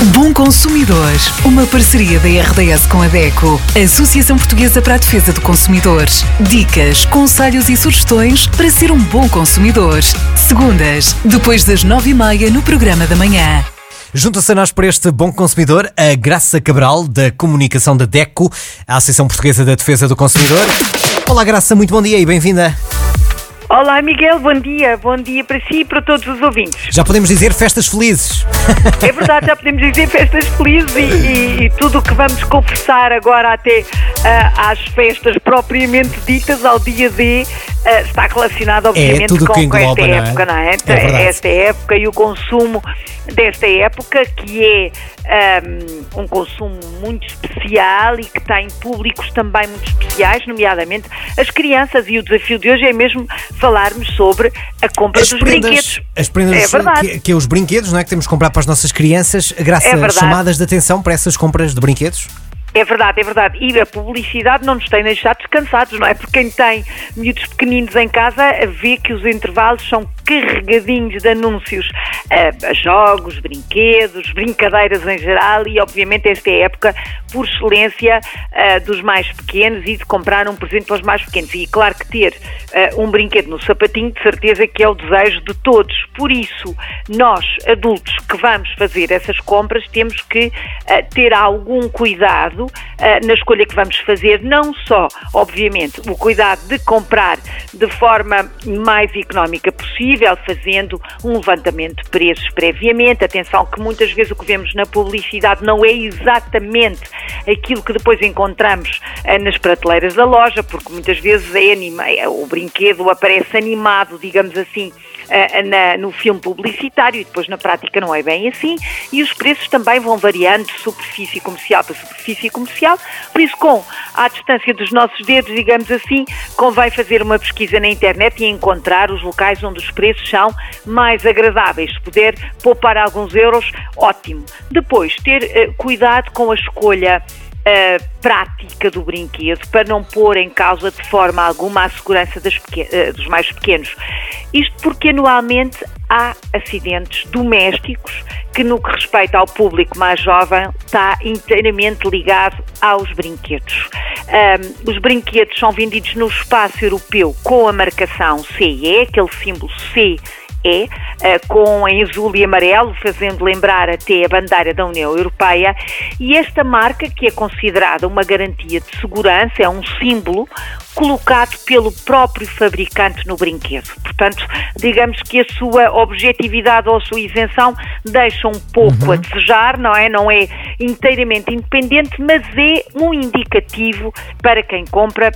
Bom Consumidor, uma parceria da RDS com a DECO, Associação Portuguesa para a Defesa do Consumidor. Dicas, conselhos e sugestões para ser um bom consumidor. Segundas, depois das 9h30 no programa da manhã. Junta-se a nós por este Bom Consumidor a Graça Cabral, da Comunicação da DECO, a Associação Portuguesa da Defesa do Consumidor. Olá Graça, muito bom dia e bem-vinda. Olá Miguel, bom dia para si e para todos os ouvintes. Já podemos dizer festas felizes. É verdade, já podemos dizer festas felizes e tudo o que vamos conversar agora até às festas propriamente ditas, ao dia D, está relacionado obviamente tudo com engloba, esta época, não é? Esta época e o consumo desta época, que é um consumo muito especial e que tem públicos também muito especiais, nomeadamente as crianças, e o desafio de hoje é mesmo falarmos sobre a compra dos brinquedos. As prendas, é verdade. Que é os brinquedos, não é? Que temos que comprar para as nossas crianças. Graça, chamadas de atenção para essas compras de brinquedos? É verdade. E a publicidade não nos tem deixado descansados, não é? Porque quem tem miúdos pequeninos em casa vê que os intervalos são carregadinhos de anúncios a jogos, brinquedos, brincadeiras em geral, e obviamente esta é a época por excelência dos mais pequenos e de comprar um presente para os mais pequenos. E claro que ter um brinquedo no sapatinho, de certeza que é o desejo de todos. Por isso, nós, adultos, que vamos fazer essas compras, temos que ter algum cuidado na escolha que vamos fazer, não só, obviamente, o cuidado de comprar de forma mais económica possível, fazendo um levantamento de preços previamente. Atenção que muitas vezes o que vemos na publicidade não é exatamente aquilo que depois encontramos nas prateleiras da loja, porque muitas vezes o brinquedo aparece animado, digamos assim, no filme publicitário, e depois na prática não é bem assim, e os preços também vão variando de superfície comercial para superfície comercial. Por isso, à distância dos nossos dedos, digamos assim, convém fazer uma pesquisa na internet e encontrar os locais onde os preços são mais agradáveis. Se puder poupar alguns euros, ótimo. Depois, ter cuidado com a escolha prática do brinquedo, para não pôr em causa de forma alguma a segurança dos mais pequenos. Isto porque anualmente há acidentes domésticos que, no que respeita ao público mais jovem, está inteiramente ligado aos brinquedos. Os brinquedos são vendidos no espaço europeu com a marcação CE, aquele símbolo C, em azul e amarelo, fazendo lembrar até a bandeira da União Europeia, e esta marca, que é considerada uma garantia de segurança, é um símbolo colocado pelo próprio fabricante no brinquedo. Portanto, digamos que a sua objetividade ou a sua isenção deixa um pouco a desejar, não é? Não é inteiramente independente, mas é um indicativo para quem compra,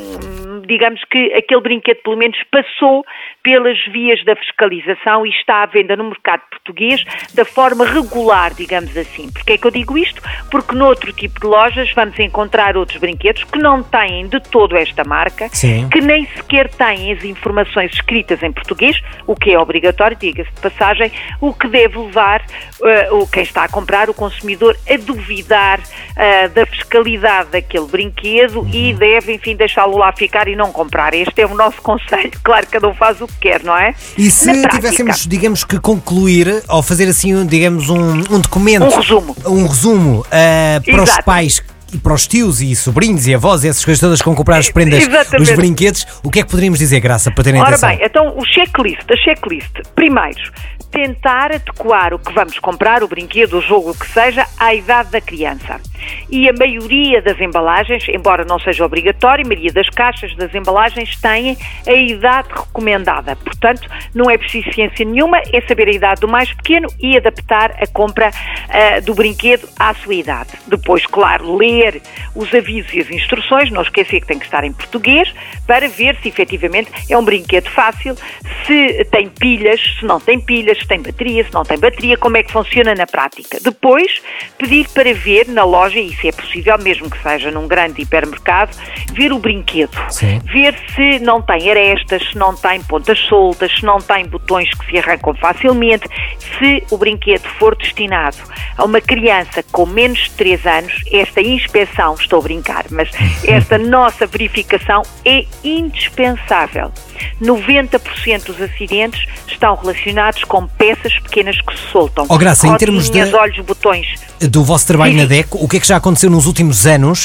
digamos que aquele brinquedo pelo menos passou pelas vias da fiscalização e está à venda no mercado português da forma regular, digamos assim. Porquê é que eu digo isto? Porque noutro tipo de lojas vamos encontrar outros brinquedos que não têm de todo esta marca, sim, que nem sequer têm as informações escritas em português, o que é obrigatório, diga-se de passagem, o que deve levar quem está a comprar, o consumidor, a duvidar da fiscalidade daquele brinquedo e deve, enfim, deixá-lo lá ficar e não comprar. Este é o nosso conselho. Claro que cada um faz o que quer, não é? E se tivéssemos, digamos, que concluir, ou fazer assim, digamos, um documento, um resumo para os pais e para os tios e sobrinhos e avós e essas coisas todas que vão comprar as prendas, os brinquedos, o que é que poderíamos dizer, Graça, para terem atenção? Ora bem, então a checklist. Primeiro, tentar adequar o que vamos comprar, o brinquedo, o jogo, o que seja, à idade da criança. E a maioria das embalagens, embora não seja obrigatório, a maioria das caixas das embalagens têm a idade recomendada. Portanto, não é preciso ciência nenhuma, é saber a idade do mais pequeno e adaptar a compra do brinquedo à sua idade. Depois, claro, ler os avisos e as instruções, não esquecer que tem que estar em português, para ver se efetivamente é um brinquedo fácil, se tem pilhas, se não tem pilhas, se tem bateria, se não tem bateria, como é que funciona na prática. Depois, pedir para ver na loja, e isso é possível mesmo que seja num grande hipermercado, ver o brinquedo. Sim. Ver se não tem arestas, se não tem pontas soltas, se não tem botões que se arrancam facilmente, se o brinquedo for destinado a uma criança com menos de 3 anos, esta inspeção, estou a brincar, mas esta nossa verificação é indispensável. 90% dos acidentes estão relacionados com peças pequenas que se soltam. Graça, em termos de olhos, botões. Do vosso trabalho na DECO, o que é que já aconteceu nos últimos anos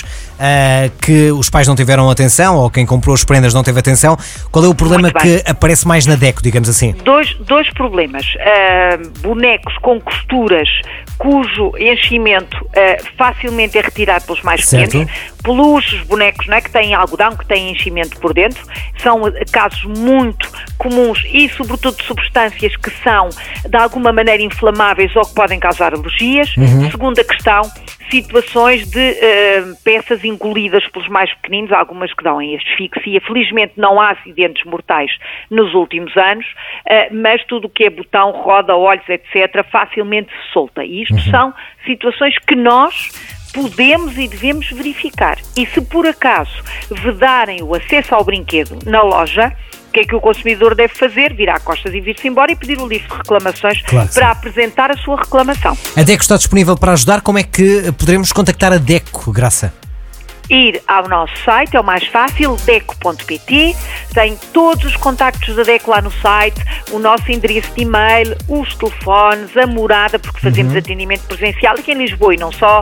que os pais não tiveram atenção ou quem comprou as prendas não teve atenção? Qual é o problema que aparece mais na DECO, digamos assim? Dois problemas. Bonecos com costuras cujo enchimento facilmente é retirado pelos mais pequenos. Peluches, bonecos, não é, que têm algodão, que têm enchimento por dentro. São casos muito comuns e, sobretudo, de substâncias que são, de alguma maneira, inflamáveis ou que podem causar alergias. Segunda questão, situações de peças engolidas pelos mais pequeninos, algumas que dão em asfixia. Felizmente não há acidentes mortais nos últimos anos, mas tudo o que é botão, roda, olhos, etc., facilmente se solta. E isto são situações que nós podemos e devemos verificar. E se por acaso vedarem o acesso ao brinquedo na loja, o que é que o consumidor deve fazer? Virar costas e vir-se embora e pedir o livro de reclamações para apresentar a sua reclamação. A DECO está disponível para ajudar. Como é que poderemos contactar a DECO, Graça? Ir ao nosso site, é o mais fácil, deco.pt, tem todos os contactos da DECO lá no site, o nosso endereço de e-mail, os telefones, a morada, porque fazemos atendimento presencial aqui em Lisboa e não só,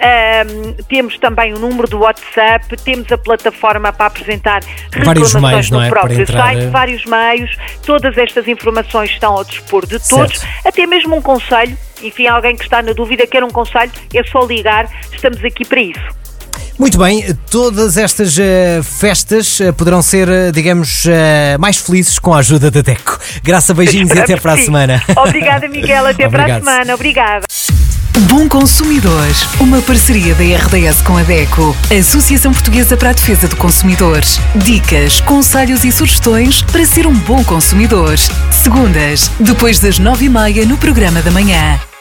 temos também o número do WhatsApp, temos a plataforma para apresentar reclamações no próprio site, vários meios, todas estas informações estão ao dispor de todos, até mesmo um conselho, enfim, alguém que está na dúvida, quer um conselho, é só ligar, estamos aqui para isso. Muito bem, todas estas festas poderão ser, digamos, mais felizes com a ajuda da DECO. Graça, beijinhos e até para a semana. Obrigada, Miguel, até para a semana. Obrigada. Bom Consumidor, uma parceria da RDS com a DECO, Associação Portuguesa para a Defesa do Consumidor. Dicas, conselhos e sugestões para ser um bom consumidor. Segundas, depois das 9h30 no programa da manhã.